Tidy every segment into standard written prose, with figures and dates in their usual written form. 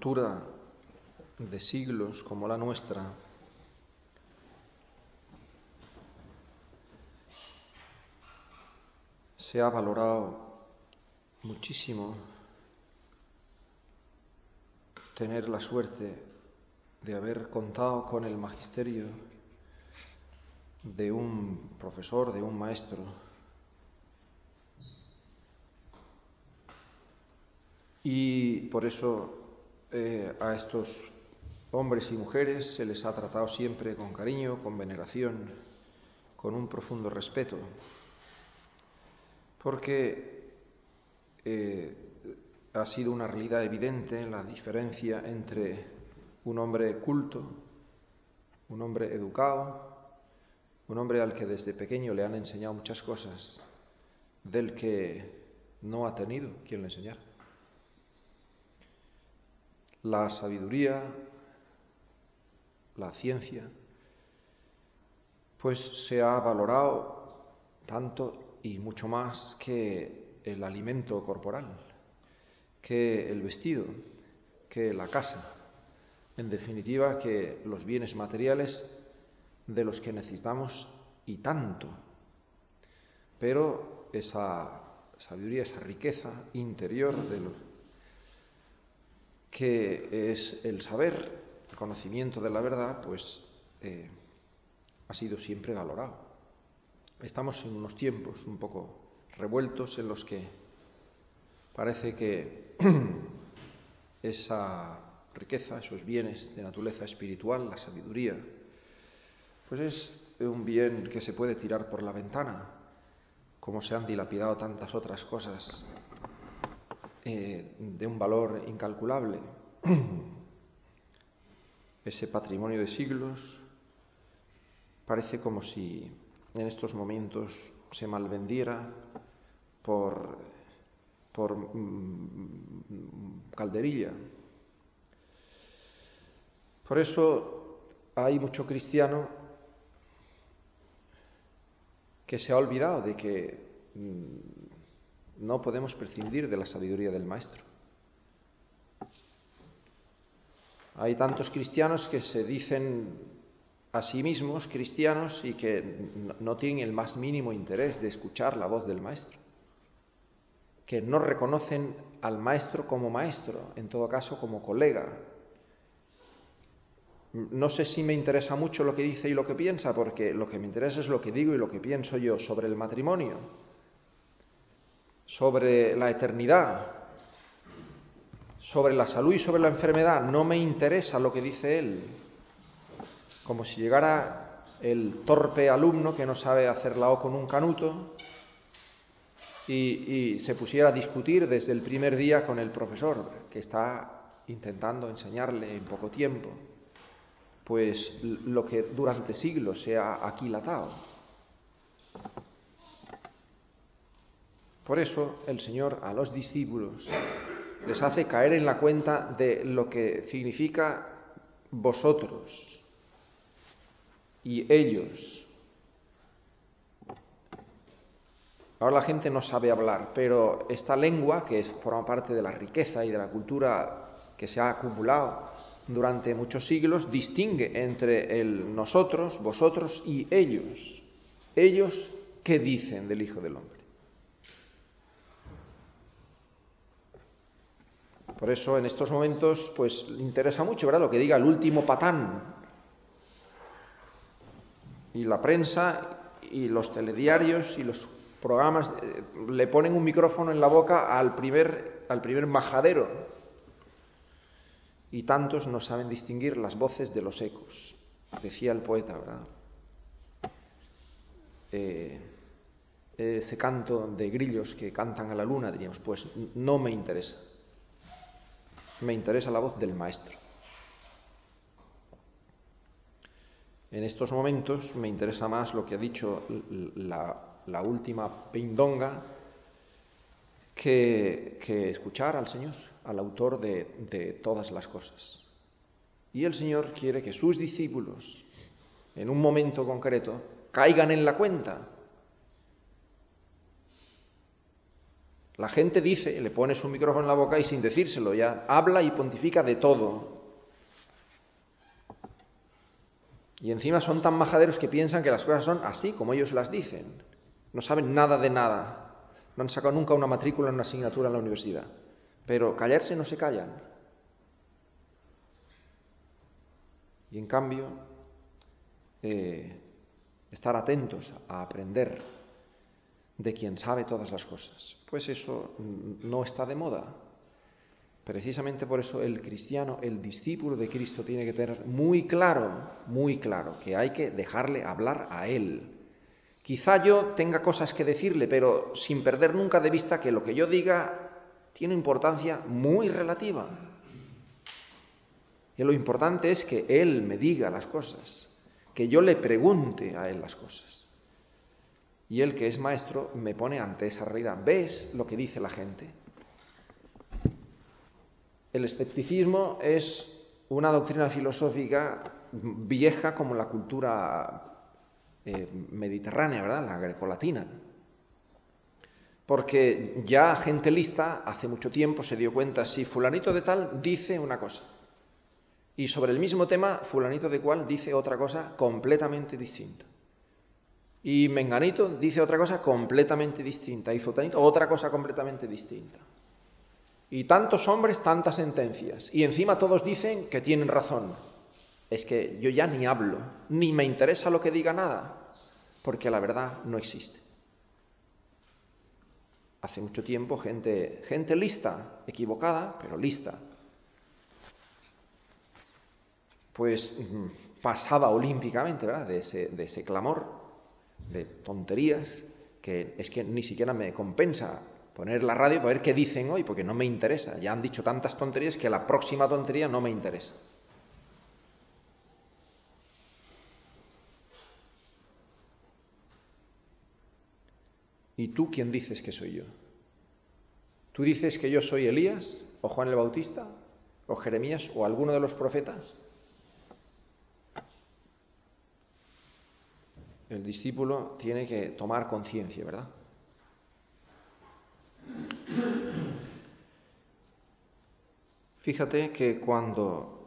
cultura de siglos como la nuestra, se ha valorado muchísimo tener la suerte de haber contado con el magisterio de un profesor, de un maestro, y por eso a estos hombres y mujeres se les ha tratado siempre con cariño, con veneración, con un profundo respeto, porque ha sido una realidad evidente la diferencia entre un hombre culto, un hombre educado, un hombre al que desde pequeño le han enseñado muchas cosas, del que no ha tenido quien le enseñara. La sabiduría, la ciencia, pues se ha valorado tanto y mucho más que el alimento corporal, que el vestido, que la casa, en definitiva, que los bienes materiales de los que necesitamos y tanto. Pero esa sabiduría, esa riqueza interior de lo que es el saber, el conocimiento de la verdad, pues ha sido siempre valorado. Estamos en unos tiempos un poco revueltos en los que parece que esa riqueza, esos bienes de naturaleza espiritual, la sabiduría, pues es un bien que se puede tirar por la ventana, como se han dilapidado tantas otras cosas de un valor incalculable. Ese patrimonio de siglos parece como si en estos momentos se malvendiera por calderilla. Por eso hay mucho cristiano que se ha olvidado de que no podemos prescindir de la sabiduría del Maestro. Hay tantos cristianos que se dicen a sí mismos cristianos y que no tienen el más mínimo interés de escuchar la voz del Maestro, que no reconocen al Maestro como maestro, en todo caso como colega. No sé si me interesa mucho lo que dice y lo que piensa, porque lo que me interesa es lo que digo y lo que pienso yo sobre el matrimonio, sobre la eternidad, sobre la salud y sobre la enfermedad. No me interesa lo que dice él, como si llegara el torpe alumno que no sabe hacer la O con un canuto y se pusiera a discutir desde el primer día con el profesor, que está intentando enseñarle en poco tiempo pues lo que durante siglos se ha aquilatado. Por eso el Señor a los discípulos les hace caer en la cuenta de lo que significa vosotros y ellos. Ahora la gente no sabe hablar, pero esta lengua, que forma parte de la riqueza y de la cultura que se ha acumulado durante muchos siglos, distingue entre el nosotros, vosotros y ellos. Ellos, ¿qué dicen del Hijo del Hombre? Por eso en estos momentos pues interesa mucho, ¿verdad?, lo que diga el último patán. Y la prensa y los telediarios y los programas le ponen un micrófono en la boca al primer majadero. Y tantos no saben distinguir las voces de los ecos. Decía el poeta, ¿verdad? Ese canto de grillos que cantan a la luna, diríamos, pues no me interesa. Me interesa la voz del Maestro. En estos momentos me interesa más lo que ha dicho la última pindonga que escuchar al Señor, al autor de todas las cosas. Y el Señor quiere que sus discípulos, en un momento concreto, caigan en la cuenta. La gente dice, le pones un micrófono en la boca y sin decírselo ya habla y pontifica de todo. Y encima son tan majaderos que piensan que las cosas son así como ellos las dicen. No saben nada de nada. No han sacado nunca una matrícula en una asignatura en la universidad. Pero callarse no se callan. Y en cambio, estar atentos a aprender de quien sabe todas las cosas, pues eso no está de moda. Precisamente por eso el cristiano, el discípulo de Cristo, tiene que tener muy claro, que hay que dejarle hablar a Él. Quizá yo tenga cosas que decirle, pero sin perder nunca de vista que lo que yo diga tiene importancia muy relativa. Y lo importante es que Él me diga las cosas, que yo le pregunte a Él las cosas. Y Él, que es maestro, me pone ante esa realidad. ¿Ves lo que dice la gente? El escepticismo es una doctrina filosófica vieja como la cultura mediterránea, ¿verdad? La grecolatina. Porque ya gente lista hace mucho tiempo se dio cuenta, si fulanito de tal dice una cosa, y sobre el mismo tema fulanito de cual dice otra cosa completamente distinta. Y menganito dice otra cosa completamente distinta, y zotanito otra cosa completamente distinta. Y tantos hombres, tantas sentencias. Y encima todos dicen que tienen razón. Es que yo ya ni hablo, ni me interesa lo que diga nada, porque la verdad no existe. Hace mucho tiempo gente lista, equivocada, pero lista, pues pasaba olímpicamente, ¿verdad?, de ese clamor de tonterías, que es que ni siquiera me compensa poner la radio para ver qué dicen hoy, porque no me interesa. Ya han dicho tantas tonterías que la próxima tontería no me interesa. ¿Y tú quién dices que soy yo? ¿Tú dices que yo soy Elías, o Juan el Bautista, o Jeremías, o alguno de los profetas? El discípulo tiene que tomar conciencia, ¿verdad? Fíjate que cuando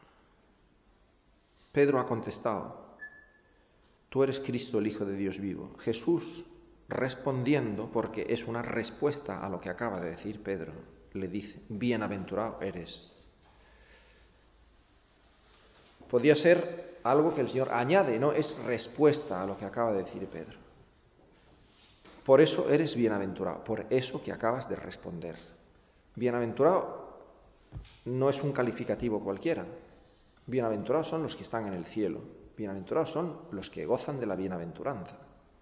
Pedro ha contestado, tú eres Cristo, el Hijo de Dios vivo, Jesús, respondiendo, porque es una respuesta a lo que acaba de decir Pedro, le dice, bienaventurado eres. Podía ser algo que el Señor añade, no, es respuesta a lo que acaba de decir Pedro. Por eso eres bienaventurado, por eso que acabas de responder. Bienaventurado no es un calificativo cualquiera. Bienaventurados son los que están en el cielo. Bienaventurados son los que gozan de la bienaventuranza.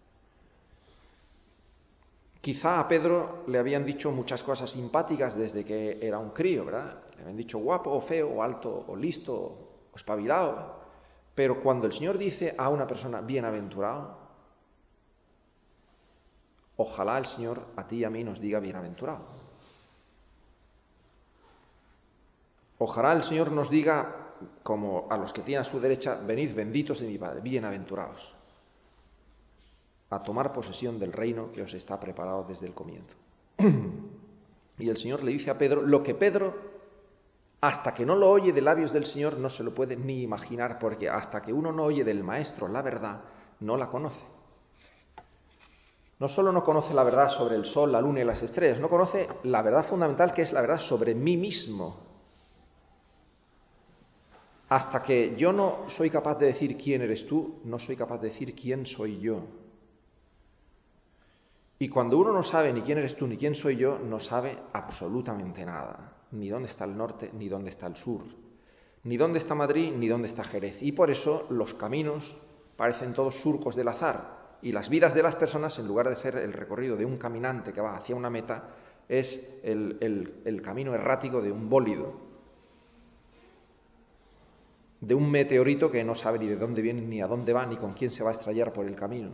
Quizá a Pedro le habían dicho muchas cosas simpáticas desde que era un crío, ¿verdad? Le habían dicho guapo o feo o alto o listo o espabilado. Pero cuando el Señor dice a una persona bienaventurado, ojalá el Señor a ti y a mí nos diga bienaventurado. Ojalá el Señor nos diga, como a los que tienen a su derecha, venid benditos de mi Padre, bienaventurados, a tomar posesión del reino que os está preparado desde el comienzo. Y el Señor le dice a Pedro lo que Pedro, hasta que no lo oye de labios del Señor, no se lo puede ni imaginar, porque hasta que uno no oye del Maestro la verdad, no la conoce. No solo no conoce la verdad sobre el sol, la luna y las estrellas, no conoce la verdad fundamental, que es la verdad sobre mí mismo. Hasta que yo no soy capaz de decir quién eres tú, no soy capaz de decir quién soy yo. Y cuando uno no sabe ni quién eres tú ni quién soy yo, no sabe absolutamente nada. Ni dónde está el norte, ni dónde está el sur. Ni dónde está Madrid, ni dónde está Jerez. Y por eso los caminos parecen todos surcos del azar. Y las vidas de las personas, en lugar de ser el recorrido de un caminante que va hacia una meta, es el camino errático de un bólido, de un meteorito que no sabe ni de dónde viene, ni a dónde va, ni con quién se va a estrellar por el camino.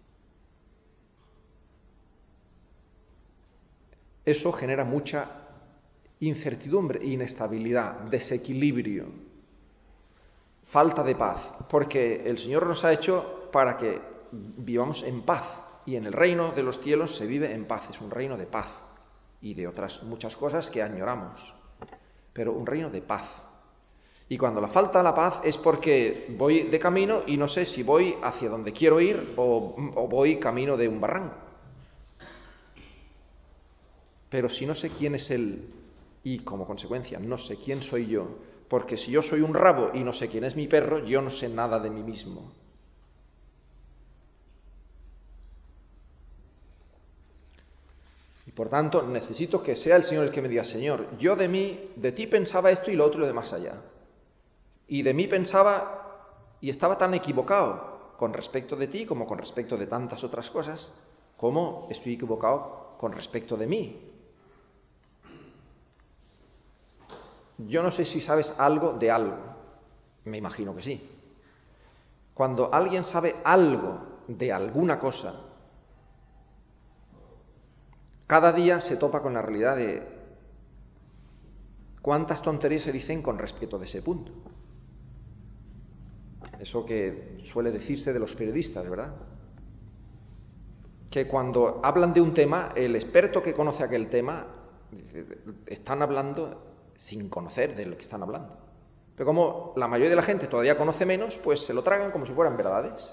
Eso genera mucha incertidumbre, inestabilidad, desequilibrio, falta de paz, porque el Señor nos ha hecho para que vivamos en paz, y en el reino de los cielos se vive en paz, es un reino de paz. y de otras muchas cosas que añoramos, pero un reino de paz. Y cuando la falta la paz es porque voy de camino y no sé si voy hacia donde quiero ir o voy camino de un barranco. Pero si no sé quién es Él y como consecuencia no sé quién soy yo, porque si yo soy un rabo y no sé quién es mi perro, yo no sé nada de mí mismo. Y por tanto necesito que sea el Señor el que me diga: Señor, yo de ti pensaba esto y lo otro y lo de más allá. Y de mí pensaba y estaba tan equivocado con respecto de ti como con respecto de tantas otras cosas, como estoy equivocado con respecto de mí. Yo no sé si sabes algo de algo, me imagino que sí. Cuando alguien sabe algo de alguna cosa, cada día se topa con la realidad de cuántas tonterías se dicen con respecto de ese punto. Eso que suele decirse de los periodistas, ¿verdad? Que cuando hablan de un tema, el experto que conoce aquel tema, están hablando sin conocer de lo que están hablando. Pero como la mayoría de la gente todavía conoce menos, pues se lo tragan como si fueran verdades.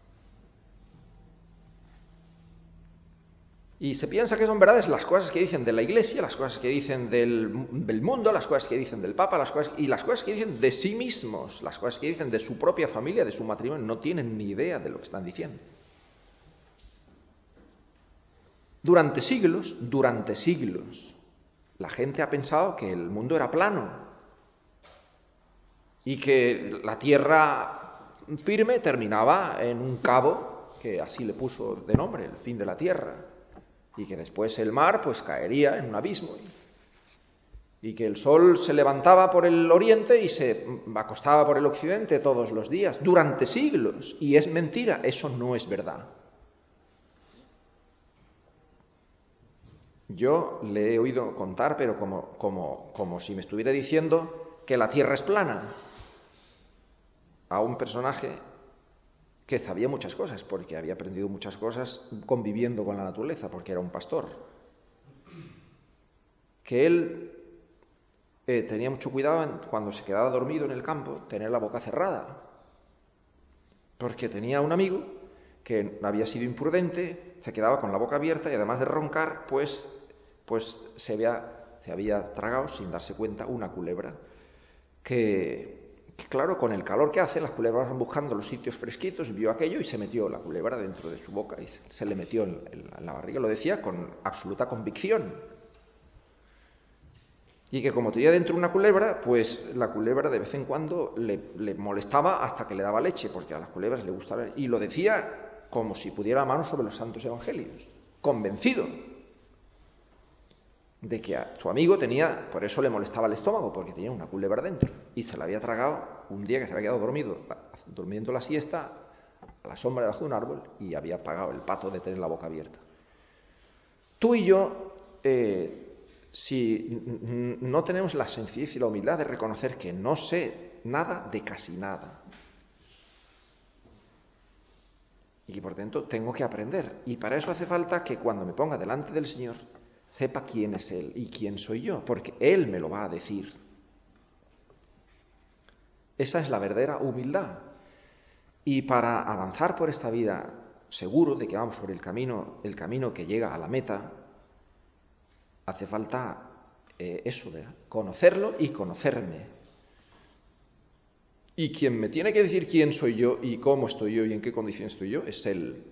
Y se piensa que son verdades las cosas que dicen de la Iglesia, las cosas que dicen del mundo, las cosas que dicen del Papa, las cosas que dicen de sí mismos, las cosas que dicen de su propia familia, de su matrimonio. No tienen ni idea de lo que están diciendo. Durante siglos, la gente ha pensado que el mundo era plano y que la tierra firme terminaba en un cabo, que así le puso de nombre, el fin de la tierra, y que después el mar pues caería en un abismo, y que el sol se levantaba por el oriente y se acostaba por el occidente todos los días, durante siglos, y es mentira, eso no es verdad. Yo le he oído contar, pero como si me estuviera diciendo que la tierra es plana, a un personaje que sabía muchas cosas, porque había aprendido muchas cosas conviviendo con la naturaleza, porque era un pastor. Que él tenía mucho cuidado cuando se quedaba dormido en el campo, tener la boca cerrada, porque tenía un amigo que había sido imprudente, se quedaba con la boca abierta y además de roncar, pues se había tragado sin darse cuenta una culebra que claro, con el calor que hace, las culebras van buscando los sitios fresquitos, vio aquello y se metió la culebra dentro de su boca y se le metió en la barriga. Lo decía con absoluta convicción. Y que como tenía dentro una culebra, pues la culebra de vez en cuando le molestaba hasta que le daba leche, porque a las culebras le gustaba. Y lo decía como si pudiera mano sobre los santos evangelios, convencido de que a su amigo por eso le molestaba el estómago, porque tenía una culebra dentro, y se la había tragado un día que se había quedado durmiendo la siesta, a la sombra debajo de un árbol, y había pagado el pato de tener la boca abierta. Tú y yo, si no tenemos la sencillez y la humildad de reconocer que no sé nada de casi nada, y que por tanto tengo que aprender, y para eso hace falta que cuando me ponga delante del Señor sepa quién es Él y quién soy yo, porque Él me lo va a decir. Esa es la verdadera humildad. Y para avanzar por esta vida, seguro de que vamos por el camino que llega a la meta, hace falta eso, ¿verdad? Conocerlo y conocerme. Y quien me tiene que decir quién soy yo y cómo estoy yo y en qué condiciones estoy yo, es Él.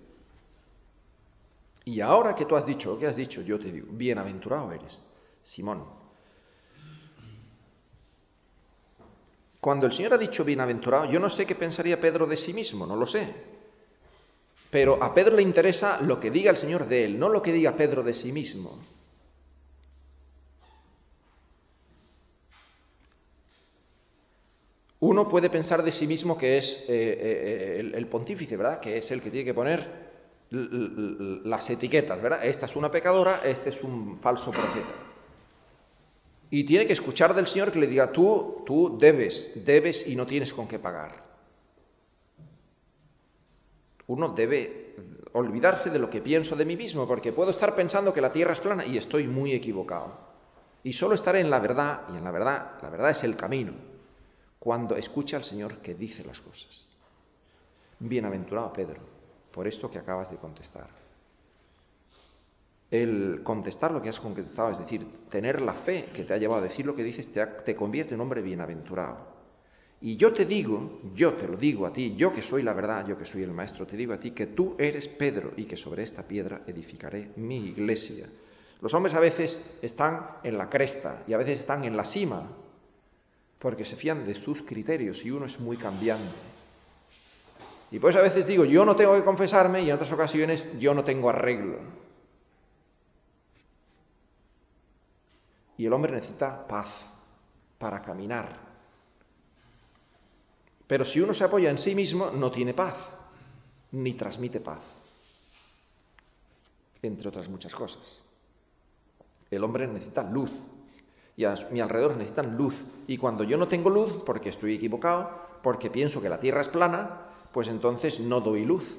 Y ahora que tú has dicho lo que has dicho, yo te digo, bienaventurado eres, Simón. Cuando el Señor ha dicho bienaventurado, yo no sé qué pensaría Pedro de sí mismo, no lo sé. Pero a Pedro le interesa lo que diga el Señor de él, no lo que diga Pedro de sí mismo. Uno puede pensar de sí mismo que es el pontífice, ¿verdad? Que es el que tiene que poner las etiquetas, ¿verdad? Esta es una pecadora, este es un falso profeta. Y tiene que escuchar del Señor que le diga, tú debes y no tienes con qué pagar. Uno debe olvidarse de lo que pienso de mí mismo, porque puedo estar pensando que la tierra es plana y estoy muy equivocado. Y solo estaré en la verdad, y en la verdad es el camino, cuando escuche al Señor que dice las cosas. Bienaventurado Pedro, por esto que acabas de contestar. El contestar lo que has contestado, es decir, tener la fe que te ha llevado a decir lo que dices, te convierte en hombre bienaventurado. Y yo te lo digo a ti, yo que soy la verdad, yo que soy el maestro, te digo a ti que tú eres Pedro y que sobre esta piedra edificaré mi iglesia. Los hombres a veces están en la cresta y a veces están en la cima porque se fían de sus criterios y uno es muy cambiante. Y por eso a veces digo, yo no tengo que confesarme y en otras ocasiones yo no tengo arreglo. Y el hombre necesita paz para caminar. Pero si uno se apoya en sí mismo, no tiene paz, ni transmite paz, entre otras muchas cosas. El hombre necesita luz, y a mi alrededor necesitan luz. Y cuando yo no tengo luz, porque estoy equivocado, porque pienso que la tierra es plana, pues entonces no doy luz.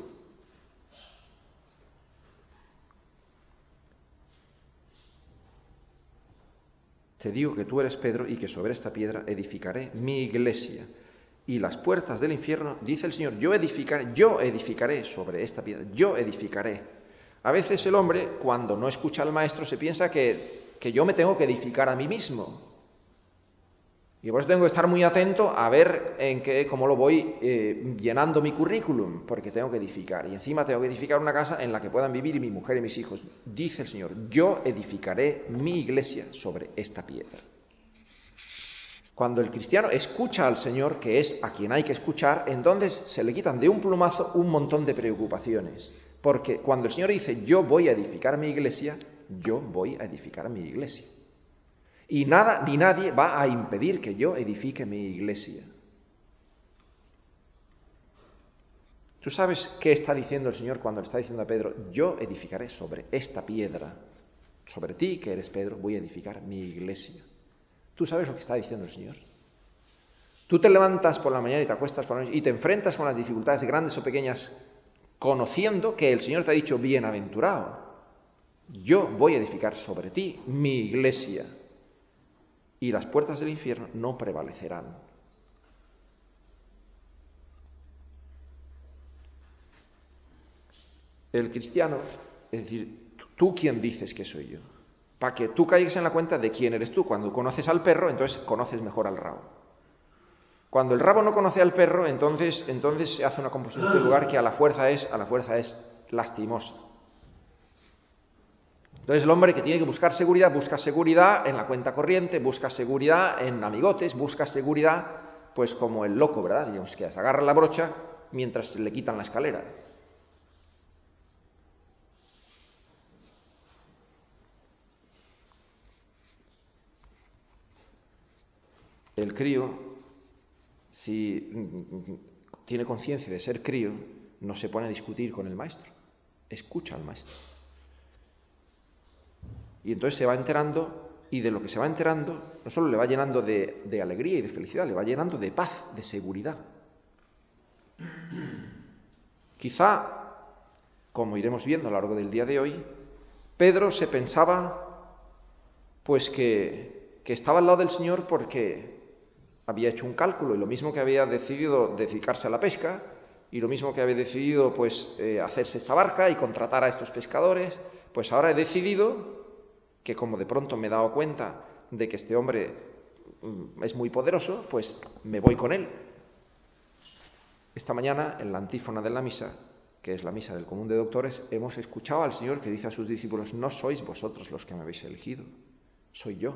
Te digo que tú eres Pedro y que sobre esta piedra edificaré mi iglesia. Y las puertas del infierno, dice el Señor, yo edificaré sobre esta piedra, yo edificaré. A veces el hombre, cuando no escucha al maestro, se piensa que yo me tengo que edificar a mí mismo. Y por eso tengo que estar muy atento a ver cómo lo voy llenando mi currículum, porque tengo que edificar. Y encima tengo que edificar una casa en la que puedan vivir mi mujer y mis hijos. Dice el Señor, yo edificaré mi iglesia sobre esta piedra. Cuando el cristiano escucha al Señor, que es a quien hay que escuchar, entonces se le quitan de un plumazo un montón de preocupaciones. Porque cuando el Señor dice, yo voy a edificar mi iglesia, yo voy a edificar mi iglesia. Y nada ni nadie va a impedir que yo edifique mi iglesia. ¿Tú sabes qué está diciendo el Señor cuando le está diciendo a Pedro, yo edificaré sobre esta piedra? Sobre ti, que eres Pedro, voy a edificar mi iglesia. ¿Tú sabes lo que está diciendo el Señor? Tú te levantas por la mañana y te acuestas por la noche y te enfrentas con las dificultades grandes o pequeñas, conociendo que el Señor te ha dicho, bienaventurado, yo voy a edificar sobre ti mi iglesia y las puertas del infierno no prevalecerán. El cristiano, es decir, ¿tú quién dices que soy yo? Para que tú caigas en la cuenta de quién eres tú. Cuando conoces al perro, entonces conoces mejor al rabo. Cuando el rabo no conoce al perro, entonces se hace una composición del lugar que a la fuerza es lastimosa. Entonces el hombre que tiene que buscar seguridad, busca seguridad en la cuenta corriente, busca seguridad en amigotes, busca seguridad, pues como el loco, ¿verdad? Digamos que se agarra la brocha mientras le quitan la escalera. El crío, si tiene conciencia de ser crío, no se pone a discutir con el maestro, escucha al maestro. Y entonces se va enterando, y de lo que se va enterando, no solo le va llenando de alegría y de felicidad, le va llenando de paz, de seguridad. Quizá, como iremos viendo a lo largo del día de hoy, Pedro se pensaba pues que estaba al lado del Señor porque había hecho un cálculo, y lo mismo que había decidido dedicarse a la pesca, y lo mismo que había decidido pues hacerse esta barca y contratar a estos pescadores, pues ahora he decidido que, como de pronto me he dado cuenta de que este hombre es muy poderoso, pues me voy con él. Esta mañana, en la antífona de la misa, que es la misa del común de doctores, hemos escuchado al Señor que dice a sus discípulos, no sois vosotros los que me habéis elegido, soy yo.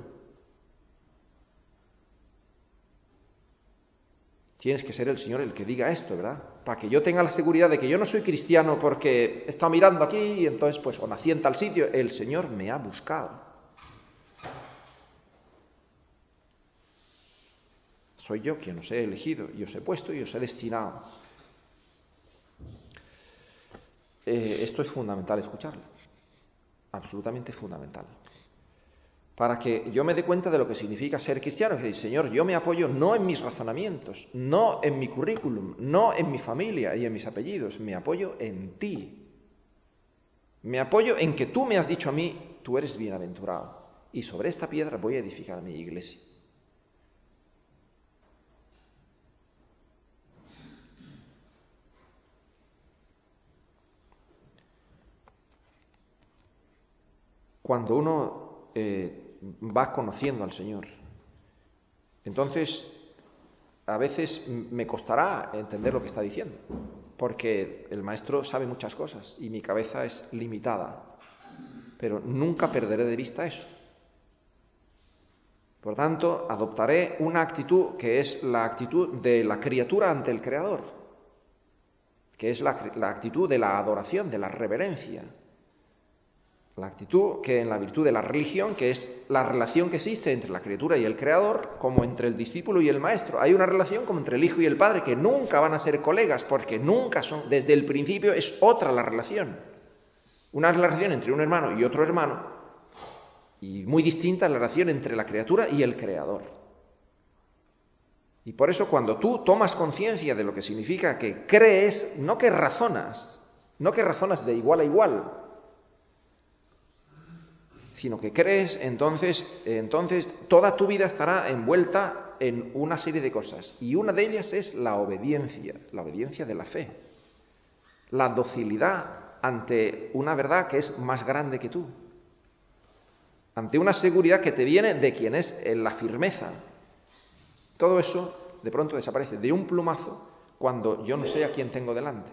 Tienes que ser el Señor el que diga esto, ¿verdad? Para que yo tenga la seguridad de que yo no soy cristiano porque he estado mirando aquí y entonces pues o nací en tal sitio. El Señor me ha buscado. Soy yo quien os he elegido y os he puesto y os he destinado. Esto es fundamental escucharlo. Absolutamente fundamental. Para que yo me dé cuenta de lo que significa ser cristiano. Es decir, Señor, yo me apoyo no en mis razonamientos, no en mi currículum, no en mi familia y en mis apellidos, me apoyo en ti. Me apoyo en que tú me has dicho a mí, tú eres bienaventurado, y sobre esta piedra voy a edificar mi iglesia. Cuando uno va conociendo al Señor, entonces a veces me costará entender lo que está diciendo, porque el Maestro sabe muchas cosas y mi cabeza es limitada, pero nunca perderé de vista eso. Por tanto, adoptaré una actitud que es la actitud de la criatura ante el Creador, que es la actitud de la adoración, de la reverencia. La actitud que en la virtud de la religión, que es la relación que existe entre la criatura y el Creador, como entre el discípulo y el maestro. Hay una relación como entre el Hijo y el Padre, que nunca van a ser colegas, porque nunca son, desde el principio es otra la relación. Una relación entre un hermano y otro hermano, y muy distinta la relación entre la criatura y el Creador. Y por eso cuando tú tomas conciencia de lo que significa que crees, no que razonas de igual a igual, sino que crees, entonces toda tu vida estará envuelta en una serie de cosas. Y una de ellas es la obediencia de la fe, la docilidad ante una verdad que es más grande que tú, ante una seguridad que te viene de quien es la firmeza. Todo eso de pronto desaparece de un plumazo cuando yo no sé a quién tengo delante.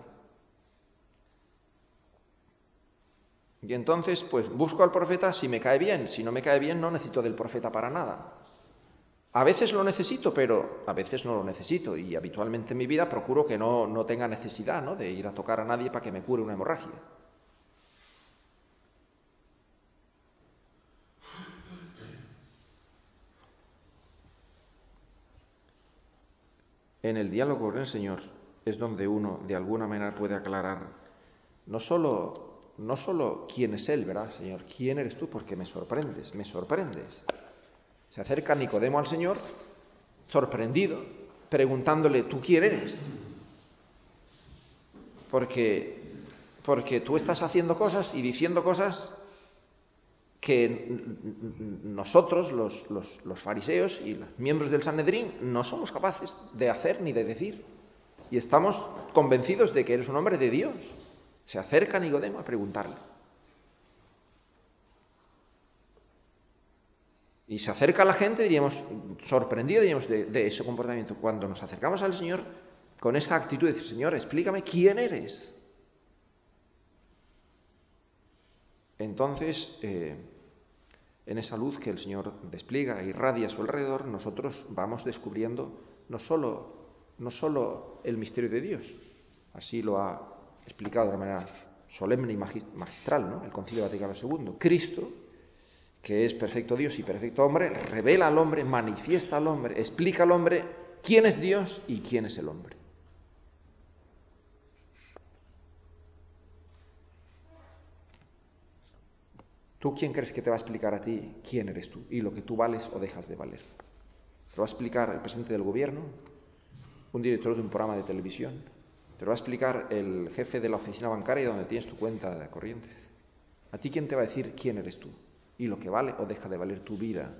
Y entonces, pues busco al profeta si me cae bien. Si no me cae bien, no necesito del profeta para nada. A veces lo necesito, pero a veces no lo necesito. Y habitualmente en mi vida procuro que no tenga necesidad, ¿no?, de ir a tocar a nadie para que me cure una hemorragia. En el diálogo con el Señor es donde uno, de alguna manera, puede aclarar no solo quién es Él, ¿verdad, Señor? ¿Quién eres tú? Porque me sorprendes. Se acerca Nicodemo al Señor, sorprendido, preguntándole, ¿tú quién eres? Porque tú estás haciendo cosas y diciendo cosas que nosotros, los fariseos y los miembros del Sanedrín, no somos capaces de hacer ni de decir. Y estamos convencidos de que eres un hombre de Dios. Se acerca Nicodemo a preguntarle. Y se acerca a la gente, diríamos, sorprendido, diríamos, de ese comportamiento. Cuando nos acercamos al Señor con esa actitud de decir, Señor, explícame quién eres. Entonces, en esa luz que el Señor despliega e irradia a su alrededor, nosotros vamos descubriendo no solo el misterio de Dios, así lo ha explicado de una manera solemne y magistral, ¿no?, el Concilio Vaticano II. Cristo, que es perfecto Dios y perfecto hombre, revela al hombre, manifiesta al hombre, explica al hombre quién es Dios y quién es el hombre. ¿Tú quién crees que te va a explicar a ti quién eres tú y lo que tú vales o dejas de valer? ¿Te lo va a explicar el presidente del gobierno? ¿Un director de un programa de televisión? ¿Te lo va a explicar el jefe de la oficina bancaria donde tienes tu cuenta de corriente? ¿A ti quién te va a decir quién eres tú y lo que vale o deja de valer tu vida?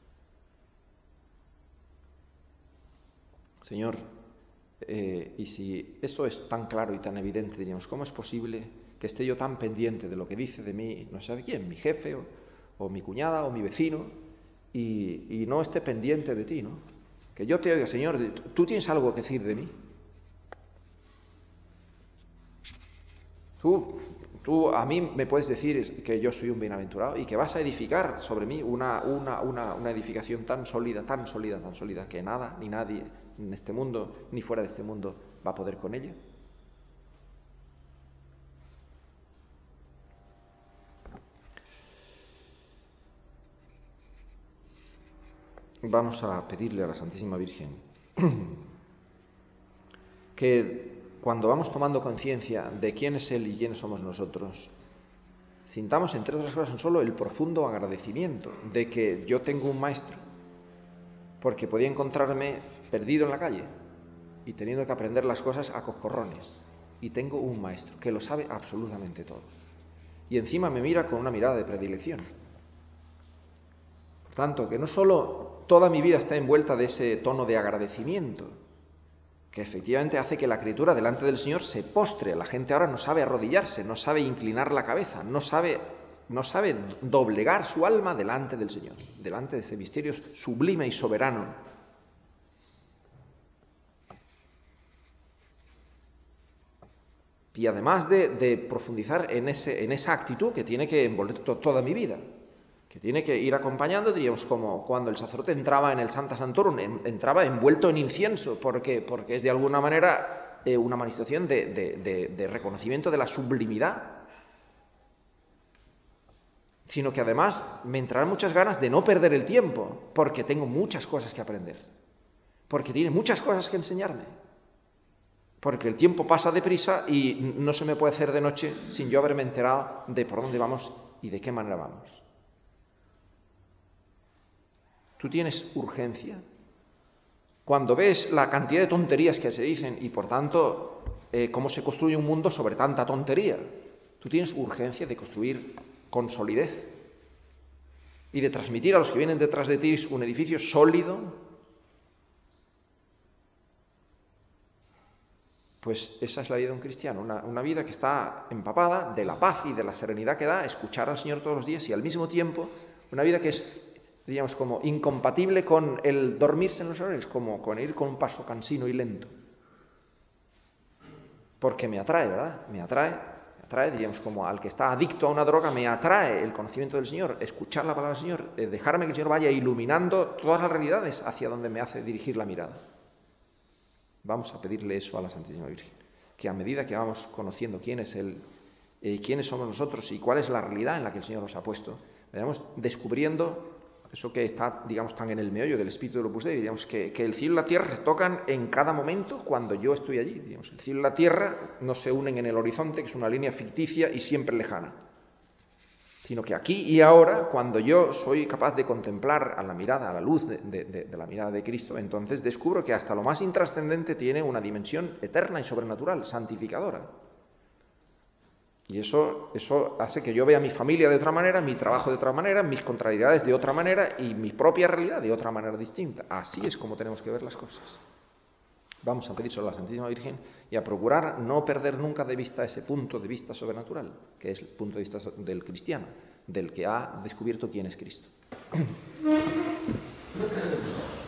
Señor, y si esto es tan claro y tan evidente, diríamos, ¿cómo es posible que esté yo tan pendiente de lo que dice de mí, no sabe quién, mi jefe o mi cuñada o mi vecino, y no esté pendiente de ti, ¿no? Que yo te oiga, Señor, ¿tú tienes algo que decir de mí? Tú a mí me puedes decir que yo soy un bienaventurado y que vas a edificar sobre mí una edificación tan sólida, que nada ni nadie en este mundo ni fuera de este mundo va a poder con ella. Vamos a pedirle a la Santísima Virgen que cuando vamos tomando conciencia de quién es Él y quiénes somos nosotros, sintamos entre otras cosas solo el profundo agradecimiento de que yo tengo un maestro, porque podía encontrarme perdido en la calle y teniendo que aprender las cosas a coscorrones, y tengo un maestro que lo sabe absolutamente todo. y encima me mira con una mirada de predilección. Por tanto, que no solo toda mi vida está envuelta de ese tono de agradecimiento, que efectivamente hace que la criatura delante del Señor se postre. La gente ahora no sabe arrodillarse, no sabe inclinar la cabeza, no sabe doblegar su alma delante del Señor, delante de ese misterio sublime y soberano. Y además de profundizar en esa actitud que tiene que envolver toda mi vida, que tiene que ir acompañando, diríamos, como cuando el sacerdote entraba en el Sancta Sanctorum, entraba envuelto en incienso, porque es de alguna manera una manifestación de reconocimiento de la sublimidad, sino que además me entrarán muchas ganas de no perder el tiempo, porque tengo muchas cosas que aprender, porque tiene muchas cosas que enseñarme, porque el tiempo pasa deprisa y no se me puede hacer de noche sin yo haberme enterado de por dónde vamos y de qué manera vamos. ¿Tú tienes urgencia? Cuando ves la cantidad de tonterías que se dicen y, por tanto, cómo se construye un mundo sobre tanta tontería, ¿tú tienes urgencia de construir con solidez y de transmitir a los que vienen detrás de ti un edificio sólido? Pues esa es la vida de un cristiano, una vida que está empapada de la paz y de la serenidad que da escuchar al Señor todos los días, y al mismo tiempo una vida que es, diríamos, como incompatible con el dormirse en los horarios, como con ir con un paso cansino y lento. Porque me atrae, ¿verdad? Me atrae, diríamos, como al que está adicto a una droga, me atrae el conocimiento del Señor, escuchar la palabra del Señor, dejarme que el Señor vaya iluminando todas las realidades hacia donde me hace dirigir la mirada. Vamos a pedirle eso a la Santísima Virgen, que a medida que vamos conociendo quién es Él, quiénes somos nosotros y cuál es la realidad en la que el Señor nos ha puesto, vayamos descubriendo eso que está, digamos, tan en el meollo del espíritu del Opus Dei, digamos, que el cielo y la tierra se tocan en cada momento cuando yo estoy allí. Digamos, el cielo y la tierra no se unen en el horizonte, que es una línea ficticia y siempre lejana, sino que aquí y ahora, cuando yo soy capaz de contemplar a la mirada, a la luz de la mirada de Cristo, entonces descubro que hasta lo más intrascendente tiene una dimensión eterna y sobrenatural, santificadora. Y eso hace que yo vea mi familia de otra manera, mi trabajo de otra manera, mis contrariedades de otra manera y mi propia realidad de otra manera distinta. Así es como tenemos que ver las cosas. Vamos a pedírselo a la Santísima Virgen y a procurar no perder nunca de vista ese punto de vista sobrenatural, que es el punto de vista del cristiano, del que ha descubierto quién es Cristo.